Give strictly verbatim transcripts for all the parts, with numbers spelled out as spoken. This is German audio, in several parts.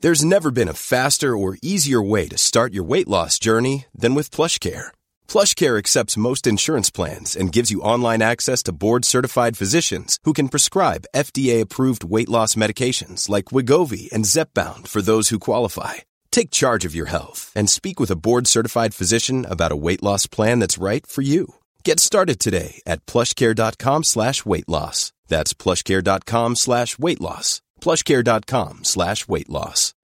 There's never been a faster or easier way to start your weight loss journey than with PlushCare. PlushCare accepts most insurance plans and gives you online access to board-certified physicians who can prescribe F D A-approved weight loss medications like Wegovy and Zepbound for those who qualify. Take charge of your health and speak with a board-certified physician about a weight loss plan that's right for you. Get started today at plushcare.com slash weight loss. That's plushcare.com slash weight loss. plushcare.com slash weight loss.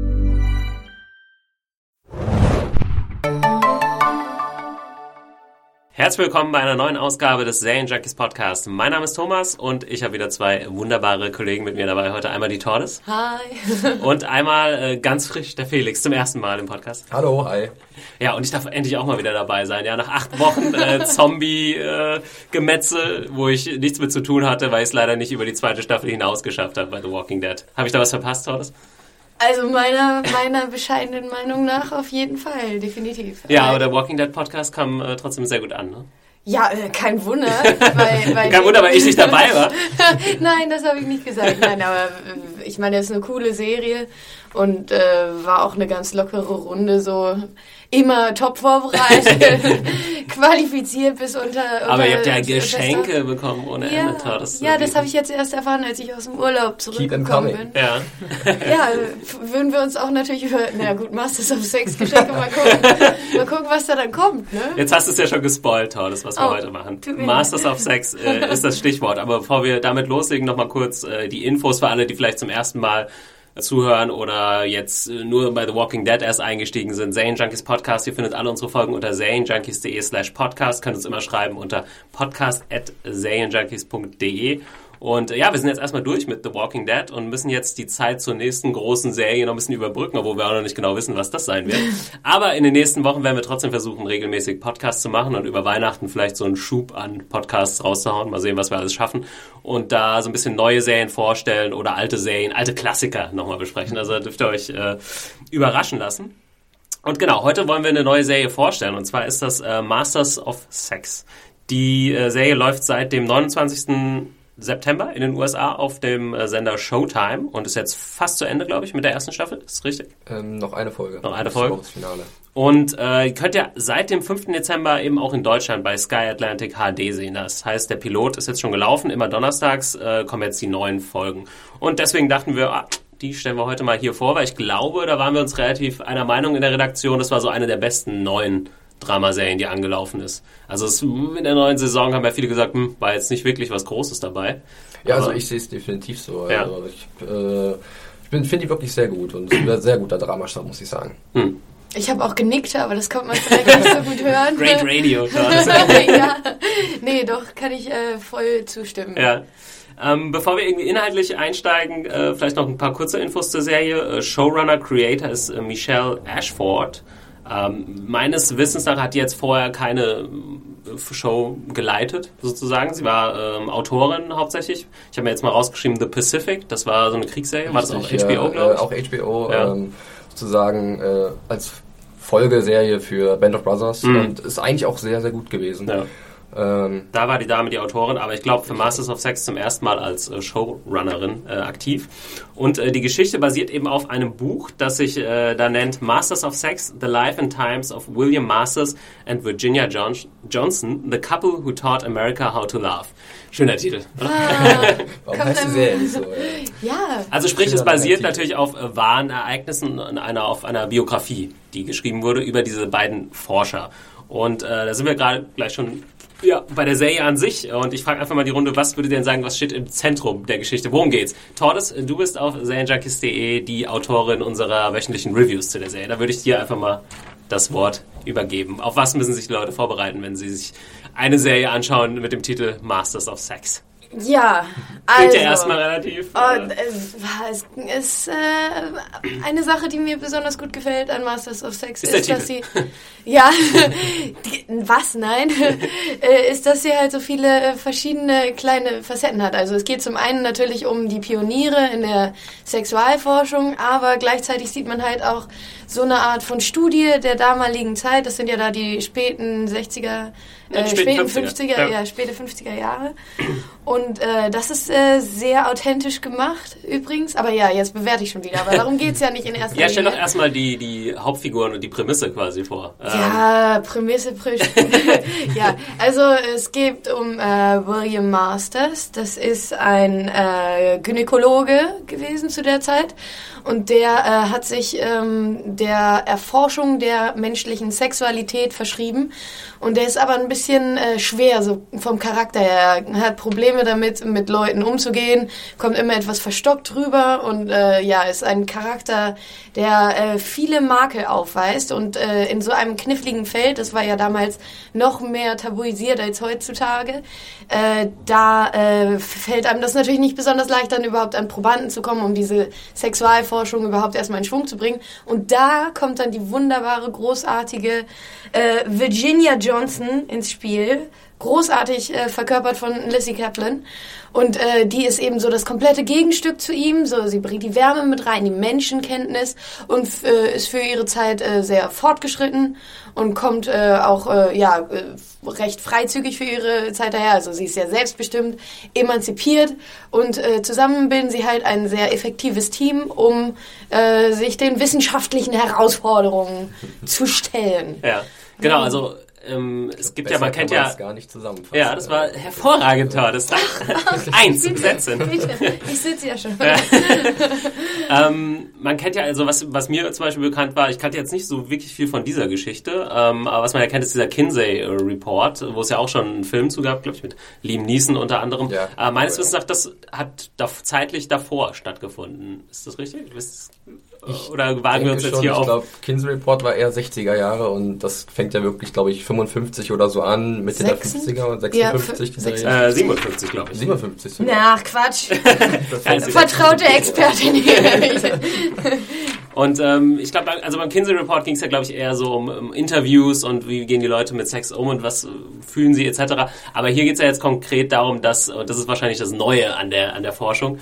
Herzlich willkommen bei einer neuen Ausgabe des Serienjunkies Podcast. Mein Name ist Thomas und ich habe wieder zwei wunderbare Kollegen mit mir dabei. Heute einmal die Tordes. Hi. Und einmal äh, ganz frisch der Felix zum ersten Mal im Podcast. Hallo, hi. Ja, und ich darf endlich auch mal wieder dabei sein. Ja, nach acht Wochen äh, Zombie-Gemetze, äh, wo ich nichts mit zu tun hatte, weil ich es leider nicht über die zweite Staffel hinaus geschafft habe bei The Walking Dead. Habe ich da was verpasst, Tordes? Also meiner, meiner bescheidenen Meinung nach auf jeden Fall, definitiv. Ja, aber der Walking Dead Podcast kam äh, trotzdem sehr gut an, ne? Ja, äh, kein Wunder. Weil, weil kein Wunder, weil ich nicht dabei war. Nein, das habe ich nicht gesagt. Nein, aber äh, ich meine, das ist eine coole Serie und äh, war auch eine ganz lockere Runde, so immer top vorbereitet, qualifiziert bis unter, unter... Aber ihr habt ja Geschenke bekommen ohne ja, Ende. Das ja, das habe ich jetzt erst erfahren, als ich aus dem Urlaub zurückgekommen bin. Ja. Ja, würden wir uns auch natürlich über, na gut, Masters of Sex Geschenke mal gucken, mal gucken, was da dann kommt, ne? Jetzt hast du es ja schon gespoilt, Tordes, was wir oh, heute machen. Masters of Sex äh, ist das Stichwort. Aber bevor wir damit loslegen, nochmal kurz äh, die Infos für alle, die vielleicht zum ersten Mal zuhören oder jetzt nur bei The Walking Dead erst eingestiegen sind. Serienjunkies Podcast, ihr findet alle unsere Folgen unter serienjunkies.de slash podcast. Könnt uns immer schreiben unter podcast at serienjunkies.de. Und ja, wir sind jetzt erstmal durch mit The Walking Dead und müssen jetzt die Zeit zur nächsten großen Serie noch ein bisschen überbrücken, obwohl wir auch noch nicht genau wissen, was das sein wird. Aber in den nächsten Wochen werden wir trotzdem versuchen, regelmäßig Podcasts zu machen und über Weihnachten vielleicht so einen Schub an Podcasts rauszuhauen. Mal sehen, was wir alles schaffen. Und da so ein bisschen neue Serien vorstellen oder alte Serien, alte Klassiker nochmal besprechen. Also dürft ihr euch äh, überraschen lassen. Und genau, heute wollen wir eine neue Serie vorstellen. Und zwar ist das äh, Masters of Sex. Die äh, Serie läuft seit dem neunundzwanzigsten September in den U S A auf dem äh, Sender Showtime und ist jetzt fast zu Ende, glaube ich, mit der ersten Staffel. Ist das richtig? Ähm, noch eine Folge. Noch eine Folge. Das Finale. Und äh, ihr könnt ja seit dem fünften Dezember eben auch in Deutschland bei Sky Atlantic H D sehen. Das heißt, der Pilot ist jetzt schon gelaufen. Immer donnerstags äh, kommen jetzt die neuen Folgen. Und deswegen dachten wir, ah, die stellen wir heute mal hier vor, weil ich glaube, da waren wir uns relativ einer Meinung in der Redaktion. Das war so eine der besten neuen Dramaserien, die angelaufen ist. Also es, in der neuen Saison haben ja viele gesagt, hm, war jetzt nicht wirklich was Großes dabei. Ja, aber also ich sehe es definitiv so. Ja. Also ich äh, ich finde die wirklich sehr gut und es ist ein sehr guter Dramastar, muss ich sagen. Hm. Ich habe auch genickt, aber das konnte man vielleicht nicht so gut hören. Great Radio. Ja, nee, doch, kann ich äh, voll zustimmen. Ja. Ähm, bevor wir irgendwie inhaltlich einsteigen, äh, vielleicht noch ein paar kurze Infos zur Serie. Äh, Showrunner, Creator ist äh, Michelle Ashford. Ähm, meines Wissens nach hat die jetzt vorher keine Show geleitet, sozusagen. Sie war ähm, Autorin hauptsächlich. Ich habe mir jetzt mal rausgeschrieben, The Pacific, das war so eine Kriegsserie. War das auch H B O, glaube ich? Äh, auch H B O, ja. ähm, sozusagen äh, als Folgeserie für Band of Brothers mhm. und ist eigentlich auch sehr, sehr gut gewesen. Ja. Ähm, da war die Dame die Autorin, aber ich glaube für Masters of Sex zum ersten Mal als äh, Showrunnerin äh, aktiv. Und äh, die Geschichte basiert eben auf einem Buch, das sich äh, da nennt Masters of Sex, The Life and Times of William Masters and Virginia John- Johnson, The Couple Who Taught America How to Love. Schöner Titel, oder? Ah, Warum heißt die Serie nicht so? Ja. Ja. Also sprich, es basiert natürlich auf äh, wahren Ereignissen und einer, auf einer Biografie, die geschrieben wurde über diese beiden Forscher. Und äh, da sind wir gerade gleich schon ja, bei der Serie an sich. Und ich frage einfach mal die Runde, was würdet ihr denn sagen, was steht im Zentrum der Geschichte? Worum geht's? Tordes, du bist auf serienjunkies punkt de die Autorin unserer wöchentlichen Reviews zu der Serie. Da würde ich dir einfach mal das Wort übergeben. Auf was müssen sich die Leute vorbereiten, wenn sie sich eine Serie anschauen mit dem Titel Masters of Sex? Ja, also... Klingt ja also, erstmal relativ... Oh, äh, es ist äh, eine Sache, die mir besonders gut gefällt an Masters of Sex, ist, ist dass sie... Ja, die, was, nein? äh, ist, dass sie halt so viele verschiedene kleine Facetten hat. Also es geht zum einen natürlich um die Pioniere in der Sexualforschung, aber gleichzeitig sieht man halt auch so eine Art von Studie der damaligen Zeit. Das sind ja da die späten sechziger, äh, ja, späten fünfziger, ja. ja, späte fünfziger Jahre. Und äh, das ist äh, sehr authentisch gemacht übrigens. Aber ja, jetzt bewerte ich schon wieder. Aber darum geht's ja nicht in erster Linie. Ja, stell doch erstmal die, die Hauptfiguren und die Prämisse quasi vor. Ja, ähm. Prämisse, Prämisse. Ja, also es geht um äh, William Masters. Das ist ein äh, Gynäkologe gewesen zu der Zeit. Und der äh, hat sich ähm, der Erforschung der menschlichen Sexualität verschrieben. Und der ist aber ein bisschen äh, schwer, so vom Charakter her. Er hat Probleme damit, mit Leuten umzugehen, kommt immer etwas verstockt rüber und äh, ja, ist ein Charakter, der äh, viele Makel aufweist. Und äh, in so einem kniffligen Feld, das war ja damals noch mehr tabuisiert als heutzutage, äh, da äh, fällt einem das natürlich nicht besonders leicht, dann überhaupt an Probanden zu kommen, um diese Sexualforschung überhaupt erstmal in Schwung zu bringen. Und da kommt dann die wunderbare, großartige äh, Virginia Johnson ins Spiel, großartig äh, verkörpert von Lizzie Kaplan. Und äh, die ist eben so das komplette Gegenstück zu ihm. So, sie bringt die Wärme mit rein, die Menschenkenntnis und äh, ist für ihre Zeit äh, sehr fortgeschritten und kommt äh, auch äh, ja äh, recht freizügig für ihre Zeit daher. Also sie ist sehr selbstbestimmt, emanzipiert und äh, zusammen bilden sie halt ein sehr effektives Team, um äh, sich den wissenschaftlichen Herausforderungen zu stellen. Ja, genau, also Ähm, es gibt ja, man kennt ja... gar nicht zusammenfassen. Ja, das war hervorragend, Thor. Das war eins im Sätzen. Ich sitze ja schon. Ja. ähm, man kennt ja, also was, was mir zum Beispiel bekannt war, ich kannte jetzt nicht so wirklich viel von dieser Geschichte, ähm, aber was man ja kennt, ist dieser Kinsey-Report, wo es ja auch schon einen Film zu gab, glaube ich, mit Liam Neeson unter anderem. Ja. Aber meines Wissens nach, das hat da, zeitlich davor stattgefunden. Ist das richtig? Ich Oder wagen wir uns jetzt schon, hier ich auf? Ich glaube, Kinsey Report war eher sechziger Jahre und das fängt ja wirklich, glaube ich, fünfundfünfzig oder so an, Mitte der fünfziger und sechsundfünfzig. Ja, äh, siebenundfünfzig, glaube ich. siebenundfünfzig sogar. Na, Quatsch. Vertraute Expertin hier. Und ähm, ich glaube, also beim Kinsey Report ging es ja, glaube ich, eher so um, um Interviews und wie gehen die Leute mit Sex um und was fühlen sie et cetera. Aber hier geht es ja jetzt konkret darum, dass, und das ist wahrscheinlich das Neue an der, an der Forschung,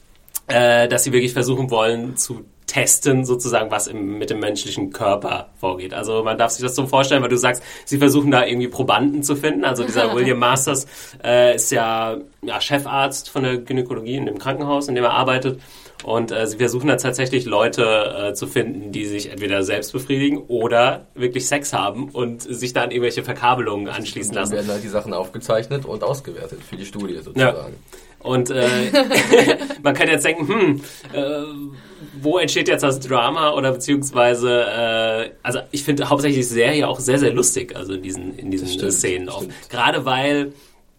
äh, dass sie wirklich versuchen wollen zu testen, sozusagen, was im, mit dem menschlichen Körper vorgeht. Also man darf sich das so vorstellen, weil du sagst, sie versuchen da irgendwie Probanden zu finden. Also dieser William Masters äh, ist ja, ja Chefarzt von der Gynäkologie in dem Krankenhaus, in dem er arbeitet. Und äh, sie versuchen da tatsächlich Leute äh, zu finden, die sich entweder selbst befriedigen oder wirklich Sex haben und sich dann irgendwelche Verkabelungen anschließen lassen. Dann werden halt die Sachen aufgezeichnet und ausgewertet für die Studie sozusagen. Ja. Und äh, man kann jetzt denken, hm, äh, wo entsteht jetzt das Drama oder beziehungsweise, äh, also ich finde hauptsächlich die Serie auch sehr, sehr lustig, also in diesen, in diesen stimmt, Szenen auch. Gerade weil,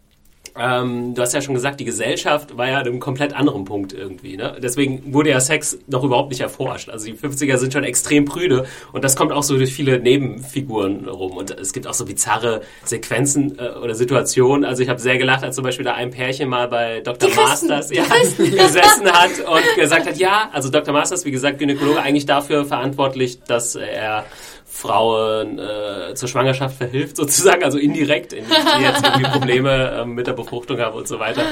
ähm, du hast ja schon gesagt, die Gesellschaft war ja an einem komplett anderen Punkt irgendwie, ne? Deswegen wurde ja Sex noch überhaupt nicht erforscht. Also die fünfziger sind schon extrem prüde und das kommt auch so durch viele Nebenfiguren rum. Und es gibt auch so bizarre Sequenzen äh, oder Situationen. Also ich habe sehr gelacht, als zum Beispiel da ein Pärchen mal bei Doktor Die Masters Christen, ja, gesessen hat und gesagt hat, ja, also Doktor Masters, wie gesagt, Gynäkologe, eigentlich dafür verantwortlich, dass er Frauen äh, zur Schwangerschaft verhilft, sozusagen, also indirekt, in, die jetzt irgendwie Probleme äh, mit der Befruchtung haben und so weiter.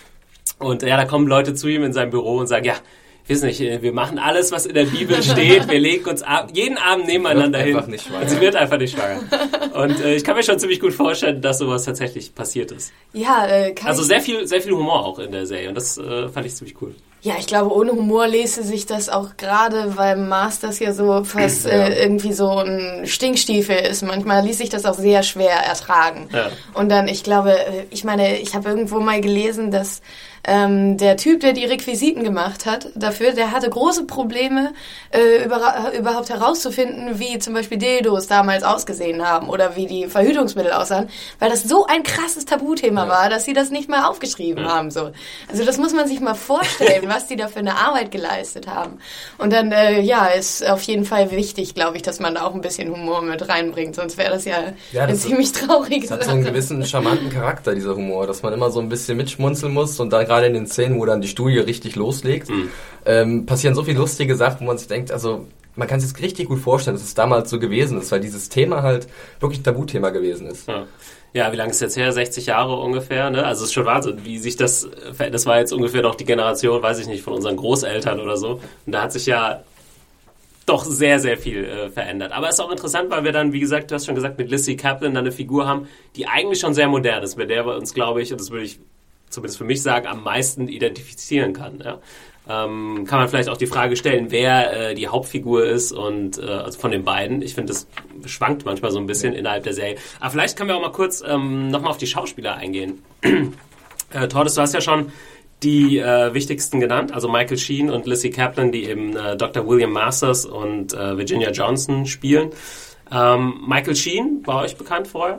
Und ja, da kommen Leute zu ihm in sein Büro und sagen, ja, ich weiß nicht, wir machen alles, was in der Bibel steht, wir legen uns ab, jeden Abend nebeneinander hin. Nicht schwanger. Und sie wird einfach nicht schwanger. Und äh, ich kann mir schon ziemlich gut vorstellen, dass sowas tatsächlich passiert ist. Ja, äh, kann Also ich sehr viel, sehr viel Humor auch in der Serie und das äh, fand ich ziemlich cool. Ja, ich glaube, ohne Humor lese sich das auch gerade, weil Masters ja so fast ja. äh, irgendwie so ein Stinkstiefel ist. Manchmal ließ sich das auch sehr schwer ertragen. Ja. Und dann, ich glaube, ich meine, ich habe irgendwo mal gelesen, dass ähm, der Typ, der die Requisiten gemacht hat dafür, der hatte große Probleme, äh, über, überhaupt herauszufinden, wie zum Beispiel Dildos damals ausgesehen haben oder wie die Verhütungsmittel aussahen, weil das so ein krasses Tabuthema ja. war, dass sie das nicht mal aufgeschrieben ja. haben. So. Also das muss man sich mal vorstellen, was die da für eine Arbeit geleistet haben. Und dann, äh, ja, ist auf jeden Fall wichtig, glaube ich, dass man da auch ein bisschen Humor mit reinbringt, sonst wäre das ja, ja das eine ziemlich traurige Sache. Das hat so einen gewissen charmanten Charakter, dieser Humor, dass man immer so ein bisschen mitschmunzeln muss und dann gerade in den Szenen, wo dann die Studie richtig loslegt, mhm. ähm, passieren so viele lustige Sachen, wo man sich denkt, also man kann sich richtig gut vorstellen, dass es damals so gewesen ist, weil dieses Thema halt wirklich ein Tabuthema gewesen ist. Ja. Ja, wie lange ist jetzt her? sechzig Jahre ungefähr, ne? Also es ist schon Wahnsinn, wie sich das, das war jetzt ungefähr noch die Generation, weiß ich nicht, von unseren Großeltern oder so. Und da hat sich ja doch sehr, sehr viel äh, verändert. Aber es ist auch interessant, weil wir dann, wie gesagt, du hast schon gesagt, mit Lizzie Kaplan dann eine Figur haben, die eigentlich schon sehr modern ist, mit der wir uns, glaube ich, und das würde ich zumindest für mich sagen, am meisten identifizieren kann. Ja? Ähm, kann man vielleicht auch die Frage stellen, wer äh, die Hauptfigur ist und äh, also von den beiden. Ich finde, das schwankt manchmal so ein bisschen ja. innerhalb der Serie. Aber vielleicht können wir auch mal kurz ähm, nochmal auf die Schauspieler eingehen. äh, Tordes, du hast ja schon die äh, wichtigsten genannt, also Michael Sheen und Lizzie Kaplan, die eben äh, Doktor William Masters und äh, Virginia Johnson spielen. Ähm, Michael Sheen, war euch bekannt vorher?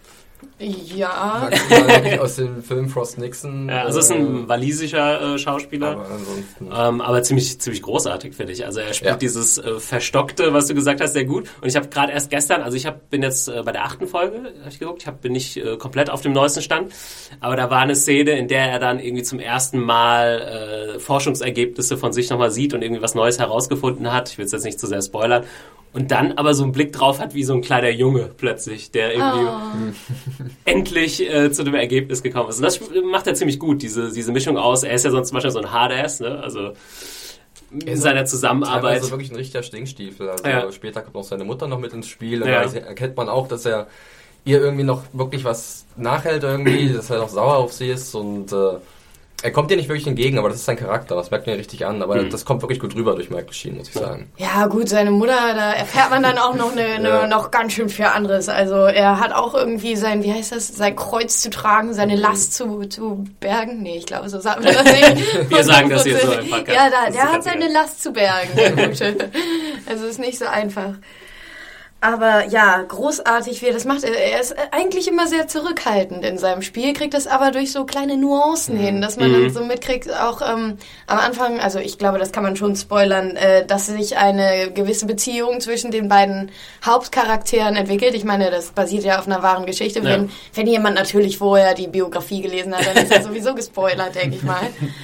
Ja. Aus dem Film Frost Nixon. Ja, also es ist ein walisischer äh, Schauspieler, aber, ansonsten ähm, aber ziemlich ziemlich großartig, finde ich. Also er spielt ja. dieses äh, Verstockte, was du gesagt hast, sehr gut. Und ich habe gerade erst gestern, also ich hab, bin jetzt äh, bei der achten Folge, habe ich geguckt, ich hab, bin nicht äh, komplett auf dem neuesten Stand, aber da war eine Szene, in der er dann irgendwie zum ersten Mal äh, Forschungsergebnisse von sich nochmal sieht und irgendwie was Neues herausgefunden hat. Ich will es jetzt nicht zu sehr spoilern. Und dann aber so einen Blick drauf hat, wie so ein kleiner Junge plötzlich, der irgendwie oh. endlich äh, zu dem Ergebnis gekommen ist. Und das macht er ziemlich gut, diese, diese Mischung aus. Er ist ja sonst zum Beispiel so ein Hardass, ne? Also in seiner Zusammenarbeit. Also wirklich ein richtiger Stinkstiefel. Also ja. später kommt auch seine Mutter noch mit ins Spiel. Und ja. da erkennt man auch, dass er ihr irgendwie noch wirklich was nachhält irgendwie, dass er noch sauer auf sie ist und äh, er kommt ihr nicht wirklich entgegen, aber das ist sein Charakter, das merkt man ja richtig an, aber mhm. das kommt wirklich gut rüber durch Michael Sheen, muss ich sagen. Ja gut, seine Mutter, da erfährt man dann auch noch eine, eine ja. noch ganz schön viel anderes. Also er hat auch irgendwie sein, wie heißt das, sein Kreuz zu tragen, seine Last zu, zu bergen. Nee, ich glaube, so sagen wir das nicht. Wir sagen das hier so einfach. Ja, da, der hat seine Last zu bergen, der Gute. Also ist nicht so einfach. Aber ja, großartig, wie er das macht. Er ist eigentlich immer sehr zurückhaltend in seinem Spiel, kriegt das aber durch so kleine Nuancen mhm. hin, dass man mhm. dann so mitkriegt, auch ähm, am Anfang, also ich glaube, das kann man schon spoilern, äh, dass sich eine gewisse Beziehung zwischen den beiden Hauptcharakteren entwickelt. Ich meine, das basiert ja auf einer wahren Geschichte. Ja. Wenn, wenn jemand natürlich vorher die Biografie gelesen hat, dann ist er sowieso gespoilert, denke ich mal.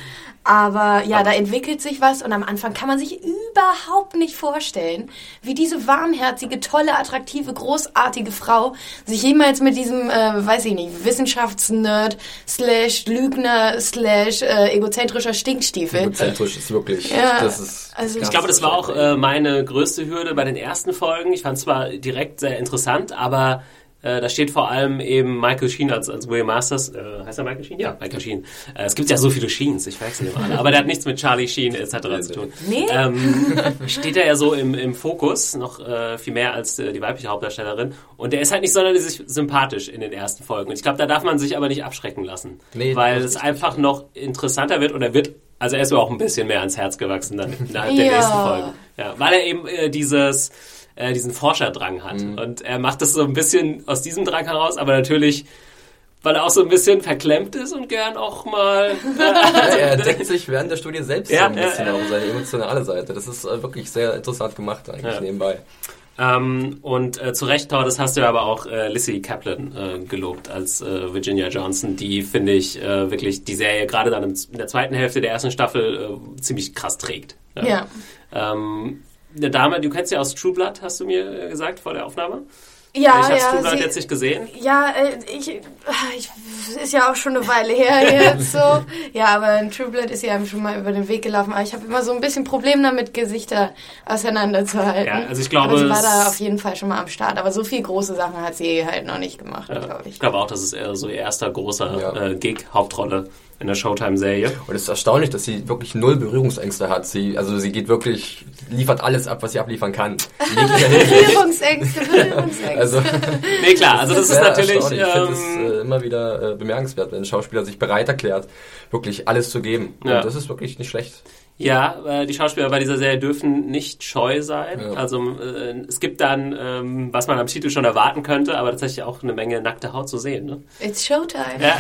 Aber ja, da entwickelt sich was und am Anfang kann man sich überhaupt nicht vorstellen, wie diese warmherzige, tolle, attraktive, großartige Frau sich jemals mit diesem, äh, weiß ich nicht, Wissenschaftsnerd slash Lügner slash äh, egozentrischer Stinkstiefel. Egozentrisch ist wirklich, ja, das ist... Also ich glaube, das war auch äh, meine größte Hürde bei den ersten Folgen. Ich fand es zwar direkt sehr interessant, aber... Äh, da steht vor allem eben Michael Sheen als, als William Masters. Äh, heißt er Michael Sheen? Ja, Michael Sheen. Äh, es gibt ja so viele Sheens, ich verwechsel immer alle. Aber der hat nichts mit Charlie Sheen et cetera zu tun. Nee? Ähm, steht er ja so im, im Fokus, noch äh, viel mehr als äh, die weibliche Hauptdarstellerin. Und der ist halt nicht sonderlich sympathisch in den ersten Folgen. Und ich glaube, da darf man sich aber nicht abschrecken lassen. Nee, weil es einfach noch interessanter wird und er wird... Also er ist mir auch ein bisschen mehr ans Herz gewachsen dann innerhalb der ja. nächsten Folgen. Ja, weil er eben äh, dieses... diesen Forscherdrang hat. Mhm. Und er macht das so ein bisschen aus diesem Drang heraus, aber natürlich, weil er auch so ein bisschen verklemmt ist und gern auch mal... ja, er entdeckt sich während der Studie selbst ja, so ein bisschen ja, ja. auf seine emotionale Seite. Das ist äh, wirklich sehr interessant gemacht eigentlich ja. nebenbei. Ähm, und äh, zu Recht, Thor, das hast du ja aber auch äh, Lizzie Kaplan äh, gelobt als äh, Virginia Johnson, die, finde ich, äh, wirklich die Serie gerade dann in der zweiten Hälfte der ersten Staffel äh, ziemlich krass trägt. Ja. ja. Ähm, eine Dame, du kennst sie aus True Blood, hast du mir gesagt vor der Aufnahme? Ja, ich habe ja, True Blood sie, jetzt nicht gesehen. Ja, ich, ich, ist ja auch schon eine Weile her jetzt so. Ja, aber in True Blood ist ja schon mal über den Weg gelaufen. Aber ich habe immer so ein bisschen Probleme damit, Gesichter auseinanderzuhalten. Ja, also ich glaube, aber sie war da auf jeden Fall schon mal am Start. Aber so viele große Sachen hat sie halt noch nicht gemacht, ja, glaube ich. Ich glaube auch, das ist eher so ihr erster großer ja. äh, Gig, Hauptrolle in der Showtime-Serie. Und es ist erstaunlich, dass sie wirklich null Berührungsängste hat. Sie, also sie geht wirklich, liefert alles ab, was sie abliefern kann. Berührungsängste, Berührungsängste. Also, nee, klar, also das, das ist natürlich... Ich ähm, finde es äh, immer wieder äh, bemerkenswert, wenn ein Schauspieler sich bereit erklärt, wirklich alles zu geben. Ja. Und das ist wirklich nicht schlecht. Ja, äh, die Schauspieler bei dieser Serie dürfen nicht scheu sein. Ja. Also äh, es gibt dann, ähm, was man am Titel schon erwarten könnte, aber tatsächlich auch eine Menge nackte Haut zu sehen. Ne? It's Showtime. Ja.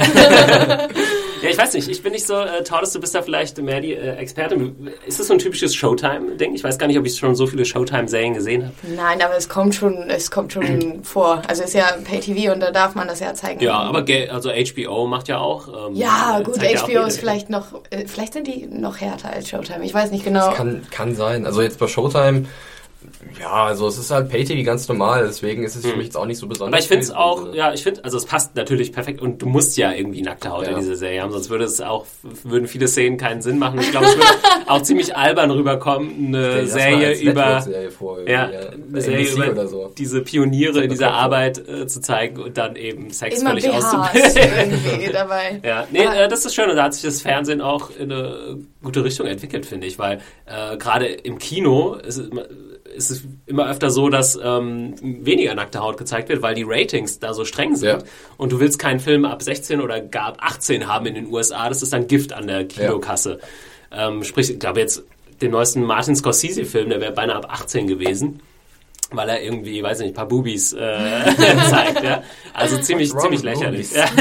Ja, ich weiß nicht, ich bin nicht so, äh, Tordes, du bist da vielleicht mehr die äh, Expertin. Ist das so ein typisches Showtime-Ding? Ich weiß gar nicht, ob ich schon so viele Showtime-Serien gesehen habe. Nein, aber es kommt schon, es kommt schon vor. Also es ist ja Pay-T V und da darf man das ja zeigen. Ja, aber also H B O macht ja auch. Ähm, ja, gut, H B O ja ist vielleicht noch, äh, vielleicht sind die noch härter als Showtime. Ich weiß nicht genau. Das kann, kann sein. Also jetzt bei Showtime Ja, also es ist halt Pay-T V ganz normal, deswegen ist es für mich jetzt auch nicht so besonders. Aber ich finde es auch, ja, ich finde, also es passt natürlich perfekt und du musst ja irgendwie nackte Haut ja. in diese Serie haben, sonst würde es auch, würden viele Szenen keinen Sinn machen. Ich glaube, es würde auch ziemlich albern rüberkommen, eine Serie über, vor, ja, eine Serie über oder so. diese Pioniere in dieser Arbeit äh, zu zeigen und dann eben Sex Immer völlig B Hs auszubilden. irgendwie dabei. Ja, nee, äh, das ist schön und da hat sich das Fernsehen auch in eine gute Richtung entwickelt, finde ich, weil äh, gerade im Kino ist es immer, ist es immer öfter so, dass ähm, weniger nackte Haut gezeigt wird, weil die Ratings da so streng sind. Ja. Und du willst keinen Film ab sechzehn oder gar ab achtzehn haben in den U S A. Das ist dann Gift an der Kinokasse. Ja. Ähm, sprich, ich glaube jetzt, den neuesten Martin Scorsese-Film, der wäre beinahe ab achtzehn gewesen, weil er irgendwie, weiß ich nicht, ein paar Boobies äh, zeigt. Ja? Also ziemlich, ziemlich lächerlich. Ja.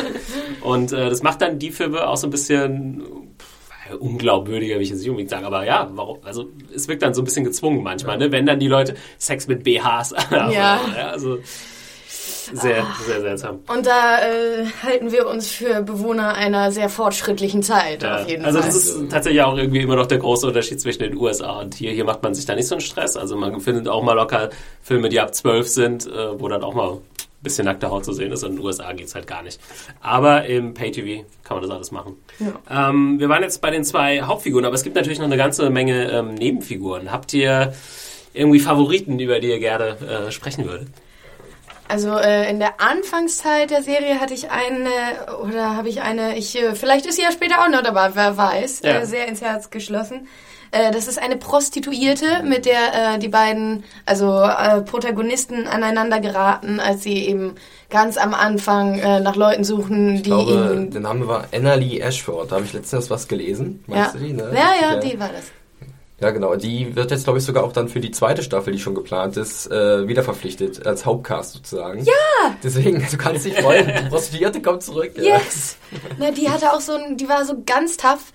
Und äh, das macht dann die Filme auch so ein bisschen... unglaubwürdiger, will ich jetzt nicht unbedingt sagen, aber ja, warum? Also es wirkt dann so ein bisschen gezwungen manchmal, ja. ne? Wenn dann die Leute Sex mit B Hs haben. Ja. ja also sehr, ah. sehr seltsam. Und da äh, halten wir uns für Bewohner einer sehr fortschrittlichen Zeit, ja. auf jeden also Fall. Also das ist tatsächlich auch irgendwie immer noch der große Unterschied zwischen den U S A und hier. Hier macht man sich da nicht so einen Stress. Also man findet auch mal locker Filme, die ab zwölf sind, äh, wo dann auch mal bisschen nackte Haut zu sehen ist. Und in den U S A geht es halt gar nicht. Aber im Pay-T V kann man das alles machen. Ja. Ähm, wir waren jetzt bei den zwei Hauptfiguren, aber es gibt natürlich noch eine ganze Menge ähm, Nebenfiguren. Habt ihr irgendwie Favoriten, über die ihr gerne äh, sprechen würdet? Also äh, in der Anfangszeit der Serie hatte ich eine, oder habe ich eine, ich äh, vielleicht ist sie ja später auch noch dabei, wer weiß, ja. äh, sehr ins Herz geschlossen. Das ist eine Prostituierte, mit der äh, die beiden, also äh, Protagonisten aneinander geraten, als sie eben ganz am Anfang äh, nach Leuten suchen, ich die glaube, ihnen... der Name war Anna Lee Ashford, da habe ich letztens was gelesen. Meinst ja. du die, ne? Ja, ja, ja, die war das. Ja, genau. Die wird jetzt, glaube ich, sogar auch dann für die zweite Staffel, die schon geplant ist, äh, wieder verpflichtet, als Hauptcast sozusagen. Ja! Deswegen, du kannst dich freuen, die Prostituierte kommt zurück. Yes! Ja. Na, die hatte auch so ein, die war so ganz tough.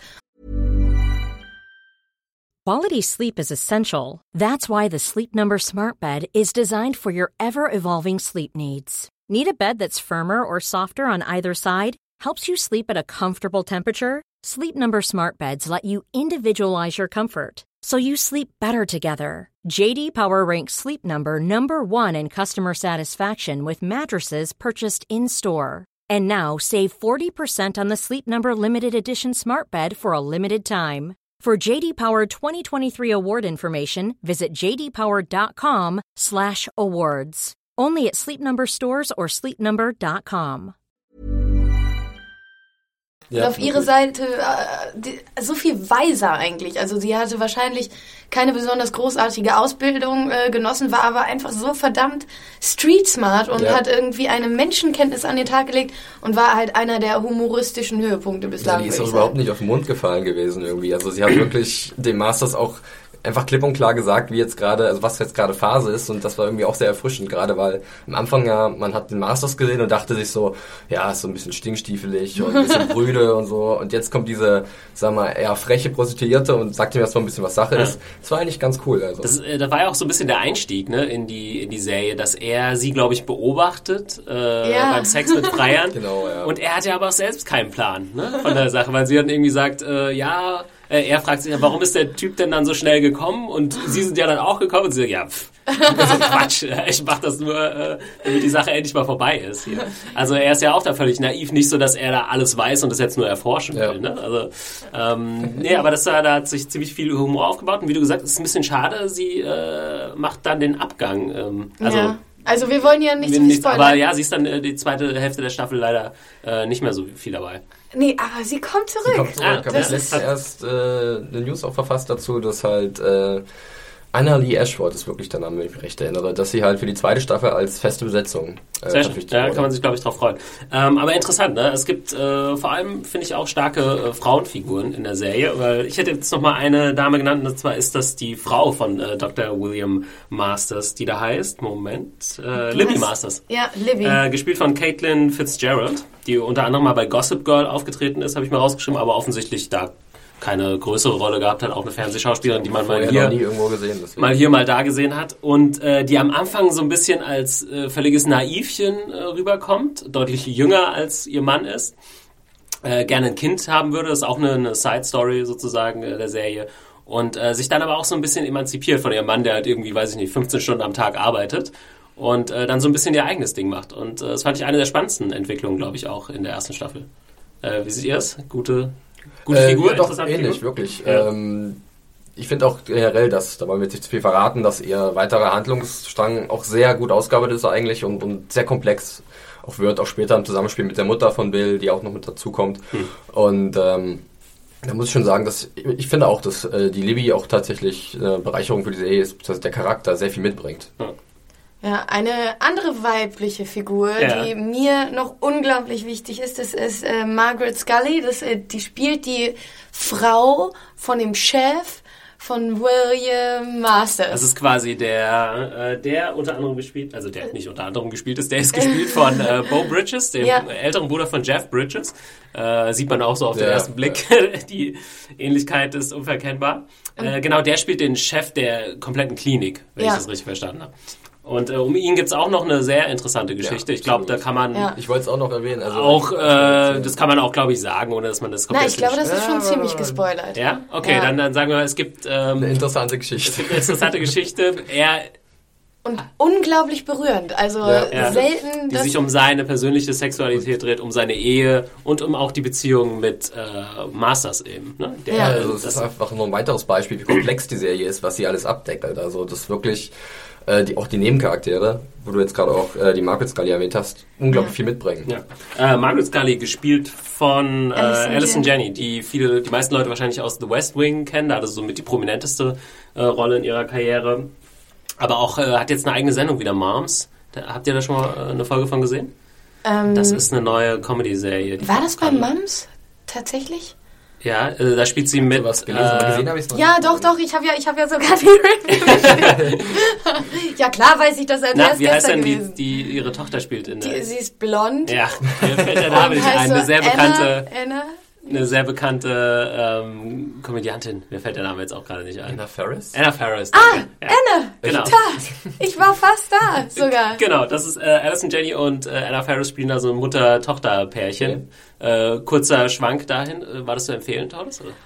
Quality sleep is essential. That's why the Sleep Number Smart Bed is designed for your ever-evolving sleep needs. Need a bed that's firmer or softer on either side? Helps you sleep at a comfortable temperature? Sleep Number Smart Beds let you individualize your comfort, so you sleep better together. J D Power ranks Sleep Number number one in customer satisfaction with mattresses purchased in-store. And now, save forty percent on the Sleep Number Limited Edition Smart Bed for a limited time. For J D Power twenty twenty-three award information, visit j d power dot com slash awards. Only at Sleep Number stores or sleep number dot com. Ja, auf ihre Seite äh, die, so viel weiser eigentlich. Also sie hatte wahrscheinlich keine besonders großartige Ausbildung äh, genossen, war aber einfach so verdammt street smart und ja. hat irgendwie eine Menschenkenntnis an den Tag gelegt und war halt einer der humoristischen Höhepunkte bislang. Ja, die ist auch überhaupt nicht auf den Mund gefallen gewesen irgendwie. Also sie hat wirklich dem Masters auch einfach klipp und klar gesagt, wie jetzt gerade, also was jetzt gerade Phase ist, und das war irgendwie auch sehr erfrischend, gerade weil am Anfang ja, man hat den Masters gesehen und dachte sich so, ja, ist so ein bisschen stinkstiefelig und ein bisschen brüde und so, und jetzt kommt diese, sag mal, eher freche Prostituierte und sagt ihm erstmal ein bisschen, was Sache ja. ist. Das war eigentlich ganz cool. Also. Das, äh, da war ja auch so ein bisschen der Einstieg, ne, in die, in die Serie, dass er sie, glaube ich, beobachtet äh, ja. beim Sex mit Freiern. Genau, ja. Und er hat ja aber auch selbst keinen Plan, ne, von der Sache, weil sie dann irgendwie sagt, äh, ja, er fragt sich, warum ist der Typ denn dann so schnell gekommen? Und sie sind ja dann auch gekommen und sie sagt, ja, pff, das ist Quatsch. Ich mach das nur, äh, damit die Sache endlich mal vorbei ist. Hier. Also er ist ja auch da völlig naiv, nicht so, dass er da alles weiß und das jetzt nur erforschen ja. will. Ne? Also, ähm, nee, aber das, da hat sich ziemlich viel Humor aufgebaut. Und wie du gesagt hast, ist ein bisschen schade, sie äh, macht dann den Abgang. Ähm, also, ja. Also wir wollen ja nicht so viel spoilern. Aber ja, sie ist dann äh, die zweite Hälfte der Staffel leider äh, nicht mehr so viel dabei. Nee, aber sie kommt zurück. Sie kommt zurück. Ah, ich habe letztens erst äh, eine News auch verfasst dazu, dass halt äh, Anna Lee Ashford ist wirklich der Name, wenn ich mich recht erinnere, dass sie halt für die zweite Staffel als feste Besetzung äh, Sehr schön. Da kann man sich, glaube ich, drauf freuen. Ähm, aber interessant, ne? Es gibt äh, vor allem, finde ich, auch starke äh, Frauenfiguren in der Serie, weil ich hätte jetzt noch mal eine Dame genannt, und zwar ist das die Frau von äh, Doktor William Masters, die da heißt, Moment, äh, Libby Masters. Ja, Libby. Äh, gespielt von Caitlin Fitzgerald, die unter anderem mal bei Gossip Girl aufgetreten ist, habe ich mal rausgeschrieben, aber offensichtlich da keine größere Rolle gehabt hat, auch eine Fernsehschauspielerin, die man mal hier, noch nie irgendwo gesehen, mal hier, mal da gesehen hat, und äh, die am Anfang so ein bisschen als äh, völliges Naivchen äh, rüberkommt, deutlich jünger als ihr Mann ist, äh, gerne ein Kind haben würde, das ist auch eine, eine Side-Story sozusagen äh, der Serie, und äh, sich dann aber auch so ein bisschen emanzipiert von ihrem Mann, der halt irgendwie, weiß ich nicht, fünfzehn Stunden am Tag arbeitet und äh, dann so ein bisschen ihr eigenes Ding macht. Und äh, das fand ich eine der spannendsten Entwicklungen, glaube ich, auch in der ersten Staffel. Äh, wie seht ihr es? Gute, gute äh, Figur? Ja, doch, ähnlich, Figur? wirklich. Ja. Ähm, ich finde auch generell, dass, da wollen wir jetzt nicht zu viel verraten, dass ihr weiterer Handlungsstrang auch sehr gut ausgearbeitet ist eigentlich und, und sehr komplex auch wird, auch später im Zusammenspiel mit der Mutter von Bill, die auch noch mit dazukommt. Hm. Und ähm, da muss ich schon sagen, dass ich finde auch, dass äh, die Libby auch tatsächlich eine Bereicherung für die Serie ist, dass der Charakter sehr viel mitbringt. Ja. Ja, eine andere weibliche Figur, ja. die mir noch unglaublich wichtig ist, das ist äh, Margaret Scully. Das, äh, die spielt die Frau von dem Chef von William Masters. Das ist quasi der, äh, der unter anderem gespielt, also der nicht unter anderem gespielt ist, der ist gespielt von äh, Beau Bridges, dem ja. älteren Bruder von Jeff Bridges. Äh, sieht man auch so auf ja, den ersten Blick. Ja. Die Ähnlichkeit ist unverkennbar. Äh, genau, der spielt den Chef der kompletten Klinik, wenn ja. ich das richtig verstanden habe. Und äh, um ihn gibt's auch noch eine sehr interessante Geschichte. Ja, ich glaube, da kann man... Ja. Ich wollte es auch noch erwähnen. Also auch, äh, das kann man auch, glaube ich, sagen, ohne dass man das komplett... Nein, ich glaube, das ist schon ja, ziemlich gespoilert. Ja? Okay, ja. Dann, dann sagen wir, es gibt... Ähm, eine interessante Geschichte. Es gibt eine interessante Geschichte. Er... Und unglaublich berührend. Also ja. selten... Die sich um seine persönliche Sexualität dreht, um seine Ehe und um auch die Beziehung mit äh, Masters eben. Ne? Der, ja, also es ist einfach nur ein weiteres Beispiel, wie komplex die Serie ist, was sie alles abdeckt. Also das ist wirklich... Die, auch die Nebencharaktere, wo du jetzt gerade auch äh, die Margaret Scully erwähnt hast, unglaublich viel mitbringen. Ja. Äh, Margaret Scully, gespielt von äh, Allison Janney, die viele, die meisten Leute wahrscheinlich aus The West Wing kennen, da hat so mit die prominenteste äh, Rolle in ihrer Karriere. Aber auch äh, hat jetzt eine eigene Sendung wieder, Moms. Da, habt ihr da schon mal äh, eine Folge von gesehen? Ähm, das ist eine neue Comedy-Serie. War das bei Moms tatsächlich? Ja, äh, da spielt sie mit. Was gelesen, äh, gesehen habe ich noch Ja, doch, doch. Ich habe ja, ich habe ja sogar die Review. Ja, klar, weiß ich das als Na, wie heißt denn die, die ihre Tochter spielt in der? Die, sie ist blond. Ja, mir fällt der Name nicht ein. Eine sehr bekannte. Anna, Anna? Eine sehr bekannte ähm, Komödiantin. Mir fällt der Name jetzt auch gerade nicht ein. Anna Faris? Anna Faris. Ah, ja. Anna! Genau. Da, ich war fast da sogar. Genau, das ist äh, Allison Janney und äh, Anna Faris spielen da so ein Mutter-Tochter-Pärchen. Okay. Äh, kurzer Schwank dahin. War das zu empfehlen, Taurus? Oder?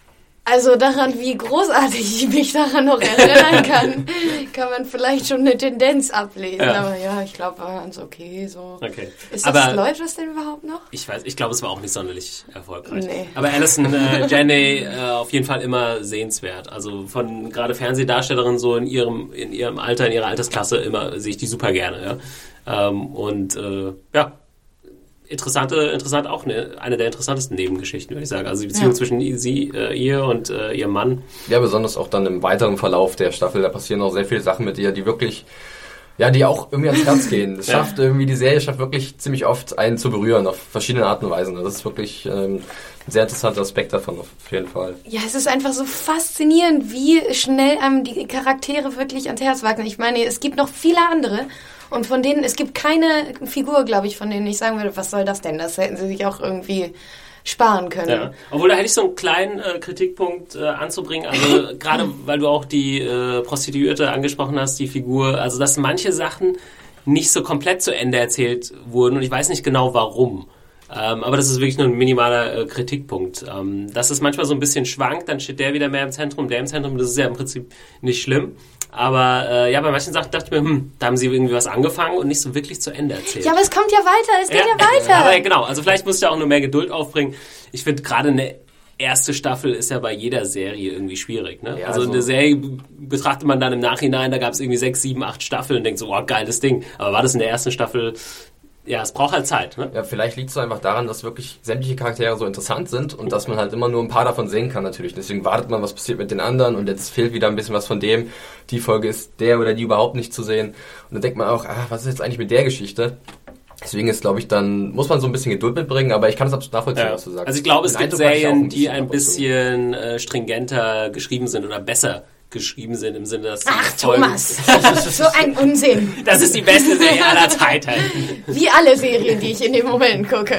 Also daran, wie großartig ich mich daran noch erinnern kann, kann man vielleicht schon eine Tendenz ablesen. Ja. Aber ja, ich glaube, war ganz okay so. Okay. Ist das, aber läuft das denn überhaupt noch? Ich weiß, ich glaube, es war auch nicht sonderlich erfolgreich. Nee. Aber Allison äh, Janney äh, auf jeden Fall immer sehenswert. Also von gerade Fernsehdarstellerinnen so in ihrem in ihrem Alter, in ihrer Altersklasse immer sehe ich die super gerne. Ja? Ähm, und äh, ja. Interessante, interessant auch eine, eine der interessantesten Nebengeschichten, würde ich sagen. Also die Beziehung ja. zwischen sie, äh, ihr und äh, ihrem Mann. Ja, besonders auch dann im weiteren Verlauf der Staffel, da passieren auch sehr viele Sachen mit ihr, die wirklich, ja, die auch irgendwie ans Herz gehen. Es ja. schafft irgendwie, die Serie schafft wirklich ziemlich oft einen zu berühren, auf verschiedene Arten und Weisen. Das ist wirklich ähm, ein sehr interessanter Aspekt davon, auf jeden Fall. Ja, es ist einfach so faszinierend, wie schnell einem die Charaktere wirklich ans Herz wachsen. Ich meine, es gibt noch viele andere. Und von denen, es gibt keine Figur, glaube ich, von denen ich sagen würde, was soll das denn? Das hätten sie sich auch irgendwie sparen können. Ja. Obwohl, da hätte ich so einen kleinen äh, Kritikpunkt äh, anzubringen. Also gerade, weil du auch die äh, Prostituierte angesprochen hast, die Figur. Also, dass manche Sachen nicht so komplett zu Ende erzählt wurden. Und ich weiß nicht genau, warum. Ähm, aber das ist wirklich nur ein minimaler äh, Kritikpunkt. Ähm, dass es manchmal so ein bisschen schwankt, dann steht der wieder mehr im Zentrum, der im Zentrum. Das ist ja im Prinzip nicht schlimm. Aber äh, ja, bei manchen Sachen dachte ich mir, hm, da haben sie irgendwie was angefangen und nicht so wirklich zu Ende erzählt. Ja, aber es kommt ja weiter, es geht ja, ja weiter. Aber genau, also vielleicht musst du ja auch nur mehr Geduld aufbringen. Ich finde gerade eine erste Staffel ist ja bei jeder Serie irgendwie schwierig. Ne? Ja, also, also eine Serie betrachtet man dann im Nachhinein, da gab es irgendwie sechs, sieben, acht Staffeln und denkt so, oh, geiles Ding. Aber war das in der ersten Staffel... Ja, es braucht halt Zeit. Ne? Ja, vielleicht liegt es einfach daran, dass wirklich sämtliche Charaktere so interessant sind und dass man halt immer nur ein paar davon sehen kann natürlich. Deswegen wartet man, was passiert mit den anderen und jetzt fehlt wieder ein bisschen was von dem. Die Folge ist der oder die überhaupt nicht zu sehen. Und dann denkt man auch, ah, was ist jetzt eigentlich mit der Geschichte? Deswegen ist, glaube ich, dann muss man so ein bisschen Geduld mitbringen, aber ich kann es absolut nachvollziehen, ja. was du sagst. Also ich glaube, es gibt Serien, die ein bisschen äh, stringenter geschrieben sind oder besser geschrieben sind, im Sinne, dass sie Ach, Thomas! So ein Unsinn! Das ist die beste Serie aller Zeiten. Wie alle Serien, die ich in dem Moment gucke.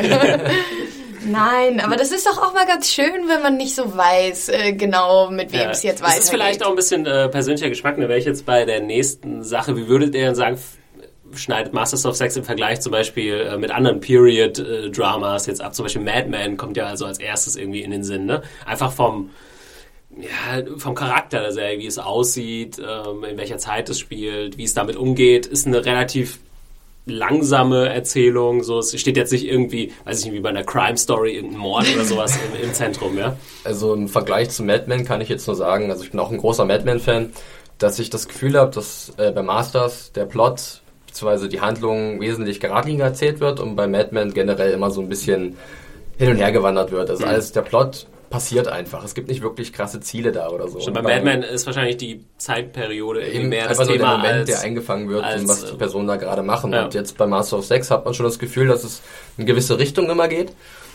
Nein, aber das ist doch auch mal ganz schön, wenn man nicht so weiß, äh, genau mit wem ja, es jetzt weitergeht. Das ist vielleicht auch ein bisschen äh, persönlicher Geschmack. Da wäre ich jetzt bei der nächsten Sache. Wie würdet ihr denn sagen, schneidet Masters of Sex im Vergleich zum Beispiel äh, mit anderen Period-Dramas jetzt ab? Zum Beispiel Mad Men kommt ja also als erstes irgendwie in den Sinn. Ne? Einfach vom ja, vom Charakter der Serie, wie es aussieht, ähm, in welcher Zeit es spielt, wie es damit umgeht, ist eine relativ langsame Erzählung. So, es steht jetzt nicht irgendwie, weiß ich nicht, wie bei einer Crime-Story, irgendein Mord oder sowas im, im Zentrum, ja? Also im Vergleich zu Mad Men kann ich jetzt nur sagen, also ich bin auch ein großer Mad Men-Fan, dass ich das Gefühl habe, dass äh, bei Masters der Plot bzw. die Handlung wesentlich geradliniger erzählt wird und bei Mad Men generell immer so ein bisschen hin und her gewandert wird. Also mhm. alles, der Plot passiert einfach. Es gibt nicht wirklich krasse Ziele da oder so. Schon bei Mad Men ist wahrscheinlich die Zeitperiode eben mehr das Thema nur der Moment, als, der eingefangen wird als, und was die Personen da gerade machen. Ja. Und jetzt bei Master of Sex hat man schon das Gefühl, dass es in gewisse Richtung immer geht.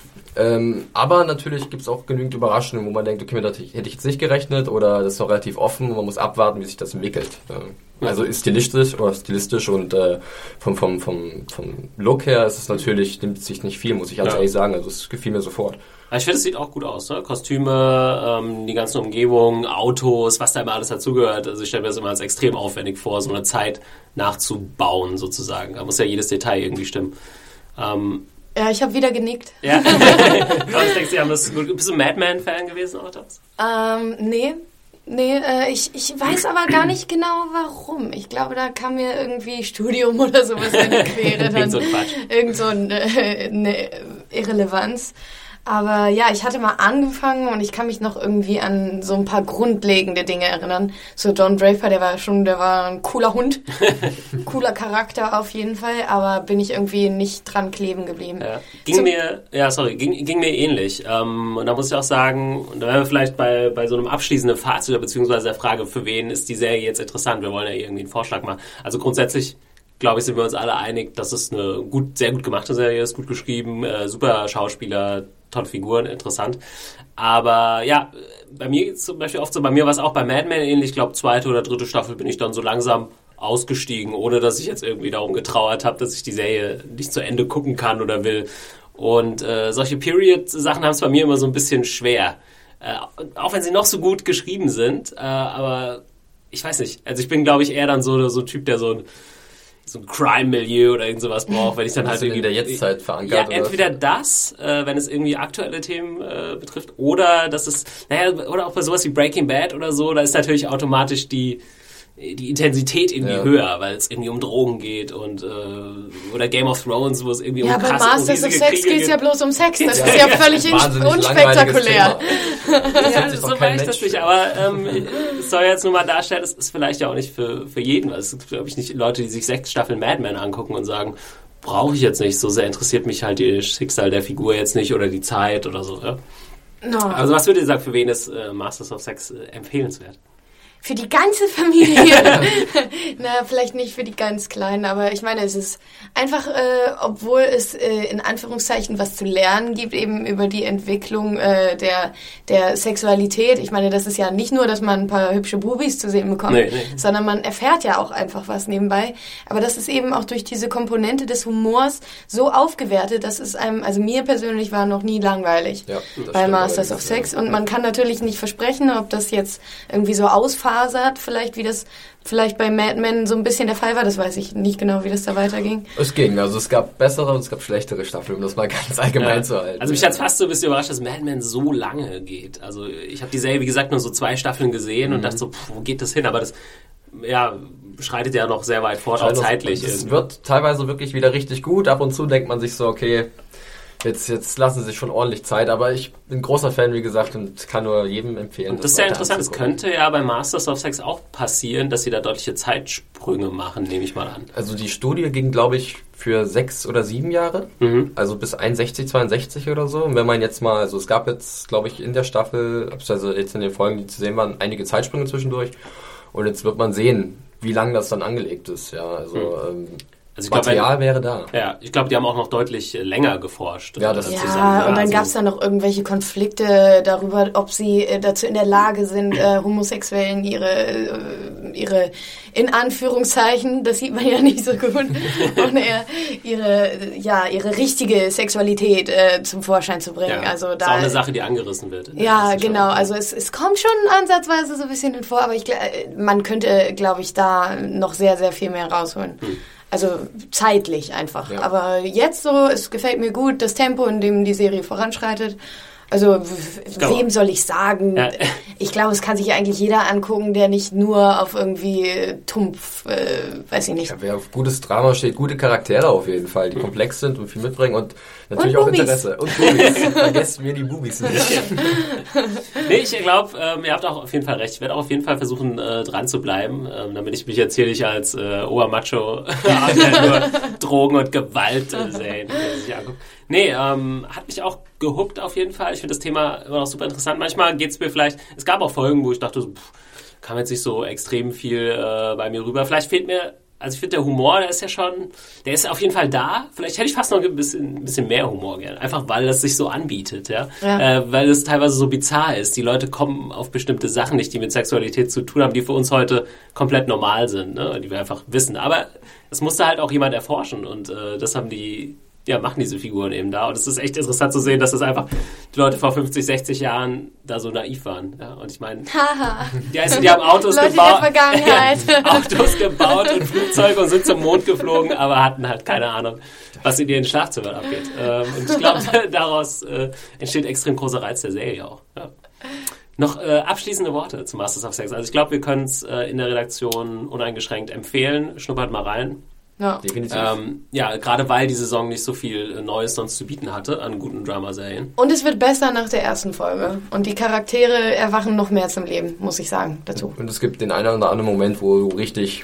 Ähm, aber natürlich gibt es auch genügend Überraschungen, wo man denkt, okay, mit das hätte ich jetzt nicht gerechnet oder das ist noch relativ offen und man muss abwarten, wie sich das entwickelt. Ja. Also ist stilistisch oder stilistisch und äh, vom, vom, vom, vom Look her ist es natürlich, nimmt sich nicht viel, muss ich ganz ja. ehrlich sagen. Also es gefiel mir sofort. Ich finde, es sieht auch gut aus, ne? Kostüme, ähm, die ganzen Umgebungen, Autos, was da immer alles dazugehört. Also ich stelle mir das immer als extrem aufwendig vor, so eine Zeit nachzubauen sozusagen. Da muss ja jedes Detail irgendwie stimmen. Ähm, ja, ich habe wieder genickt. Ja. Was denkst du, ja, bist du ein Mad Men-Fan gewesen, oder? Ähm, nee. Nee, äh, ich, ich weiß aber gar nicht genau, warum. Ich glaube, da kam mir irgendwie Studium oder sowas in die Quere. Dann irgend so ein Quatsch. Irgend so eine, eine Irrelevanz. Aber ja, ich hatte mal angefangen und ich kann mich noch irgendwie an so ein paar grundlegende Dinge erinnern. So Don Draper, der war schon, der war ein cooler Hund. Cooler Charakter auf jeden Fall, aber bin ich irgendwie nicht dran kleben geblieben. Ja. Ging so, mir, ja sorry, ging, ging mir ähnlich. Ähm, und da muss ich auch sagen, da wären wir vielleicht bei, bei so einem abschließenden Fazit beziehungsweise der Frage, für wen ist die Serie jetzt interessant? Wir wollen ja irgendwie einen Vorschlag machen. Also grundsätzlich, glaube ich, sind wir uns alle einig, dass es eine gut, sehr gut gemachte Serie ist, gut geschrieben, äh, super Schauspieler, tolle Figuren, interessant. Aber ja, bei mir zum Beispiel oft so, bei mir war es auch bei Mad Men ähnlich, ich glaube zweite oder dritte Staffel bin ich dann so langsam ausgestiegen, ohne dass ich jetzt irgendwie darum getrauert habe, dass ich die Serie nicht zu Ende gucken kann oder will. Und äh, solche Period-Sachen haben es bei mir immer so ein bisschen schwer. Äh, auch wenn sie noch so gut geschrieben sind, äh, aber ich weiß nicht, also ich bin glaube ich eher dann so, so ein Typ, der so ein so ein Crime-Milieu oder irgend sowas braucht, wenn ich dann halt irgendwie in der Jetztzeit verankert. Ja, entweder das, äh, wenn es irgendwie aktuelle Themen äh, betrifft, oder das ist, naja, oder auch bei sowas wie Breaking Bad oder so, da ist natürlich automatisch die die Intensität irgendwie ja. höher, weil es irgendwie um Drogen geht und äh, oder Game of Thrones, wo es irgendwie ja, um krasse Ja, bei Masters of Sex geht es ja bloß um Sex. Das ja. ist ja völlig unspektakulär. Ja, so meine ich das nicht, aber ähm, es soll jetzt nur mal darstellen, es ist vielleicht ja auch nicht für, für jeden, weil es gibt, glaube ich, nicht Leute, die sich sechs Staffeln Mad Men angucken und sagen, brauche ich jetzt nicht, so sehr interessiert mich halt die Schicksal der Figur jetzt nicht oder die Zeit oder so. Ja? No. Also was würdet ihr sagen, für wen ist äh, Masters of Sex äh, empfehlenswert? Für die ganze Familie. Na, vielleicht nicht für die ganz Kleinen, aber ich meine, es ist einfach, äh, obwohl es äh, in Anführungszeichen was zu lernen gibt, eben über die Entwicklung äh, der der Sexualität. Ich meine, das ist ja nicht nur, dass man ein paar hübsche Bubis zu sehen bekommt, nee, nee. sondern man erfährt ja auch einfach was nebenbei. Aber das ist eben auch durch diese Komponente des Humors so aufgewertet, dass es einem, also mir persönlich war noch nie langweilig ja, bei Masters of Sex. Und man kann natürlich nicht versprechen, ob das jetzt irgendwie so ausfällt, vielleicht wie das vielleicht bei Mad Men so ein bisschen der Fall war, das weiß ich nicht genau, wie das da weiterging. Es ging, also es gab bessere und es gab schlechtere Staffeln, um das mal ganz allgemein ja. zu halten. Also mich hat es fast so ein bisschen überrascht, dass Mad Men so lange geht. Also ich habe die Serie, wie gesagt, nur so zwei Staffeln gesehen mhm. und dachte so, pff, wo geht das hin? Aber das ja, schreitet ja noch sehr weit fort, auch zeitlich. Es wird teilweise wirklich wieder richtig gut, ab und zu denkt man sich so, okay, Jetzt, jetzt lassen sie sich schon ordentlich Zeit, aber ich bin ein großer Fan, wie gesagt, und kann nur jedem empfehlen. Und das ist ja interessant, es könnte ja bei Masters of Sex auch passieren, dass sie da deutliche Zeitsprünge machen, nehme ich mal an. Also die Studie ging, glaube ich, für sechs oder sieben Jahre, mhm. also bis einundsechzig, zweiundsechzig oder so. Und wenn man jetzt mal, also es gab jetzt, glaube ich, in der Staffel, also jetzt in den Folgen, die zu sehen waren, einige Zeitsprünge zwischendurch. Und jetzt wird man sehen, wie lang das dann angelegt ist, ja, also... Mhm. Ähm, Also ich Material glaub, wäre da. Ja, ich glaube, die haben auch noch deutlich länger geforscht. Ja, das ist ja, und dann also gab es da noch irgendwelche Konflikte darüber, ob sie äh, dazu in der Lage sind, äh, Homosexuellen ihre, äh, ihre, in Anführungszeichen, das sieht man ja nicht so gut, und eher ihre, ja, ihre richtige Sexualität äh, zum Vorschein zu bringen. Ja, also da ist auch eine Sache, die angerissen wird. Ja, genau. Also es, es kommt schon ansatzweise so ein bisschen vor, aber ich, man könnte, glaube ich, da noch sehr, sehr viel mehr rausholen. Hm. Also zeitlich einfach. Ja. Aber jetzt so, es gefällt mir gut, das Tempo, in dem die Serie voranschreitet. Also w- glaube, wem soll ich sagen? Ja. Ich glaube, es kann sich eigentlich jeder angucken, der nicht nur auf irgendwie Tumpf, äh, weiß ich nicht. Ja, wer auf gutes Drama steht, gute Charaktere auf jeden Fall, die komplex sind und viel mitbringen und natürlich Und auch Bubis. Interesse. Und Bubis. Vergesst mir die Bubis nicht. Nee, ich glaube, ähm, ihr habt auch auf jeden Fall recht. Ich werde auch auf jeden Fall versuchen, äh, dran zu bleiben, ähm, damit ich mich jetzt hier nicht als äh, Obermacho nur Drogen und Gewalt äh, sehen. Nee, ähm, hat mich auch gehuckt auf jeden Fall. Ich finde das Thema immer noch super interessant. Manchmal geht es mir vielleicht, es gab auch Folgen, wo ich dachte, so, pff, kam jetzt nicht so extrem viel äh, bei mir rüber. Vielleicht fehlt mir, also ich finde der Humor, der ist ja schon, der ist auf jeden Fall da. Vielleicht hätte ich fast noch ein bisschen, ein bisschen mehr Humor gerne. Einfach weil das sich so anbietet, ja. Ja. Äh, weil es teilweise so bizarr ist. Die Leute kommen auf bestimmte Sachen nicht, die mit Sexualität zu tun haben, die für uns heute komplett normal sind, ne? Die wir einfach wissen. Aber es musste halt auch jemand erforschen und äh, das haben die, ja, machen diese Figuren eben da. Und es ist echt interessant zu sehen, dass das einfach die Leute vor fünfzig, sechzig Jahren da so naiv waren. Ja? Und ich meine, Haha. die, heißt, die haben Autos Leute gebaut. der Vergangenheit. Autos gebaut und Flugzeuge und sind zum Mond geflogen, aber hatten halt keine Ahnung, was in ihren Schlafzimmern abgeht. Ähm, und ich glaube, daraus äh, entsteht extrem großer Reiz der Serie auch. Ja. Noch äh, abschließende Worte zu Masters of Sex. Also ich glaube, wir können es äh, in der Redaktion uneingeschränkt empfehlen. Schnuppert mal rein. Ja. Definitiv. Ähm, ja, gerade weil die Saison nicht so viel äh, Neues sonst zu bieten hatte an guten Dramaserien. Und es wird besser nach der ersten Folge. Und die Charaktere erwachen noch mehr zum Leben, muss ich sagen, dazu. Und es gibt den einen oder anderen Moment, wo du richtig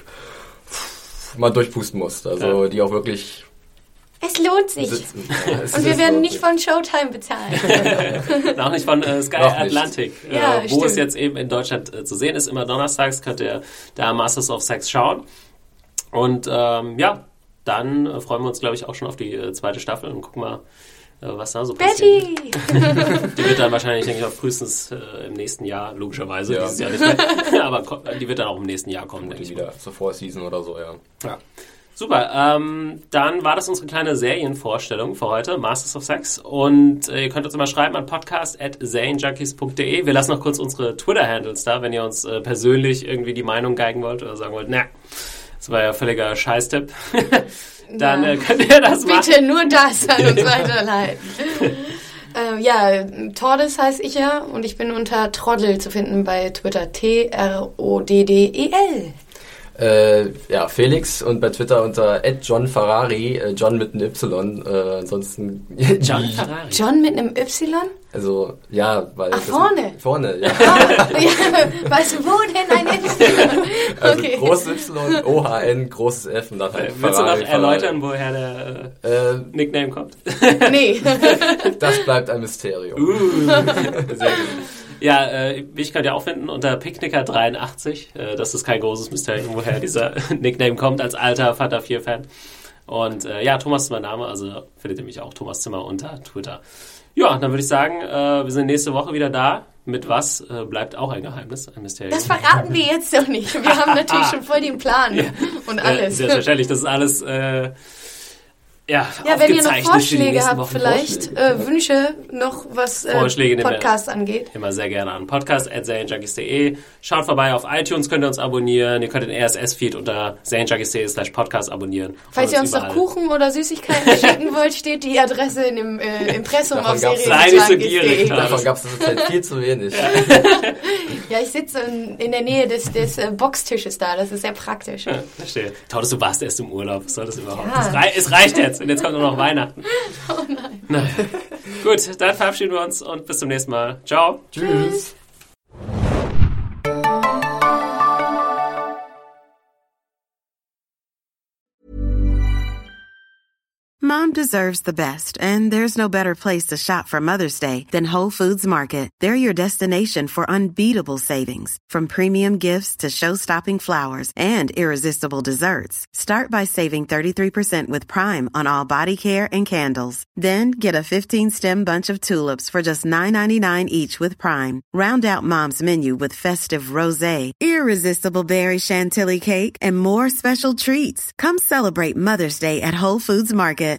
mal durchpusten musst. Also Ja. die auch wirklich Es lohnt sich. sitzen. Ja, es Und wir ist werden wirklich- nicht von Showtime bezahlt. Auch nicht von äh, Sky Noch nicht. Atlantic, Ja, äh, wo stimmt. es jetzt eben in Deutschland äh, zu sehen ist. Immer donnerstags könnt ihr da Masters of Sex schauen. Und ähm, ja, dann äh, freuen wir uns, glaube ich, auch schon auf die äh, zweite Staffel und gucken mal, äh, was da so passiert. Betty! Die wird dann wahrscheinlich, denke ich, auch frühestens äh, im nächsten Jahr, logischerweise, Ja. dieses Jahr nicht mehr. Aber ko- die wird dann auch im nächsten Jahr kommen, denke ich. wieder zur Vorseason oder so, ja. Ja. Super, ähm, dann war das unsere kleine Serienvorstellung für heute, Masters of Sex. Und äh, ihr könnt uns immer schreiben an podcast at serienjunkies punkt de. Wir lassen noch kurz unsere Twitter-Handles da, wenn ihr uns äh, persönlich irgendwie die Meinung geigen wollt oder sagen wollt, na, das war ja völliger Scheißtipp. Dann Ja. äh, könnt ihr das machen. Bitte nur das an uns weiterleiten. ähm, ja, Tordes heiße ich ja und ich bin unter Troddel zu finden bei Twitter. T R O D D E L. Äh, ja, Felix und bei Twitter unter at John Ferrari, äh, John mit einem Y, äh, ansonsten John Ferrari. John mit einem Y? Also, ja, weil... Ach, das- vorne? Vorne, ja. Ah, ja, weißt du, wo denn ein Y? Also Okay. großes Y, O H N, großes F und dann halt Willst du noch Ferrari, erläutern, woher der äh, Ferrari. Nickname kommt? Nee. Äh, das bleibt ein Mysterium. Uh, sehr gut. Ja, äh, mich könnt ihr auch finden unter Picknicker dreiundachtzig. Äh, das ist kein großes Mysterium, woher dieser Nickname kommt, als alter Fanta vier Fan. Und äh, ja, Thomas ist mein Name, also findet ihr mich auch, Thomas Zimmer, unter Twitter. Ja, dann würde ich sagen, äh, wir sind nächste Woche wieder da. Mit was äh, bleibt auch ein Geheimnis, ein Mysterium. Das verraten wir jetzt doch nicht. Wir haben natürlich schon voll den Plan und Äh, alles. selbstverständlich, das ist alles... Äh, Ja, Ja, wenn ihr noch aufgezeichnet für die Vorschläge nächsten habt, Wochen. vielleicht äh, Wünsche noch, was äh, Vorschläge nehmen wir. Podcast angeht. Immer sehr gerne an. podcast at serienjunkies punkt de. Schaut vorbei auf iTunes, könnt ihr uns abonnieren. Ihr könnt den R S S-Feed unter serienjunkies punkt de slash podcast abonnieren. Falls ihr uns noch überall- Kuchen oder Süßigkeiten schicken wollt, steht die Adresse in dem äh, Impressum Davon auf gab's- Sei nicht so serienjunkies punkt de. gierig. Davon gab es in der Zeit viel zu wenig. Ja, ich sitze in, in der Nähe des, des äh, Boxtisches da. Das ist sehr praktisch. Ja, verstehe. Taudus, du warst erst im Urlaub. Was soll das überhaupt? Ja. Es, rei es reicht jetzt. Und jetzt kommt nur noch Weihnachten. Oh nein. Naja. Gut, dann verabschieden wir uns und bis zum nächsten Mal. Ciao. Tschüss. Mom deserves the best, and there's no better place to shop for Mother's Day than Whole Foods Market. They're your destination for unbeatable savings, from premium gifts to show-stopping flowers and irresistible desserts. Start by saving thirty-three percent with Prime on all body care and candles. Then get a fifteen-stem bunch of tulips for just nine ninety-nine each with Prime. Round out Mom's menu with festive rosé, irresistible berry chantilly cake, and more special treats. Come celebrate Mother's Day at Whole Foods Market.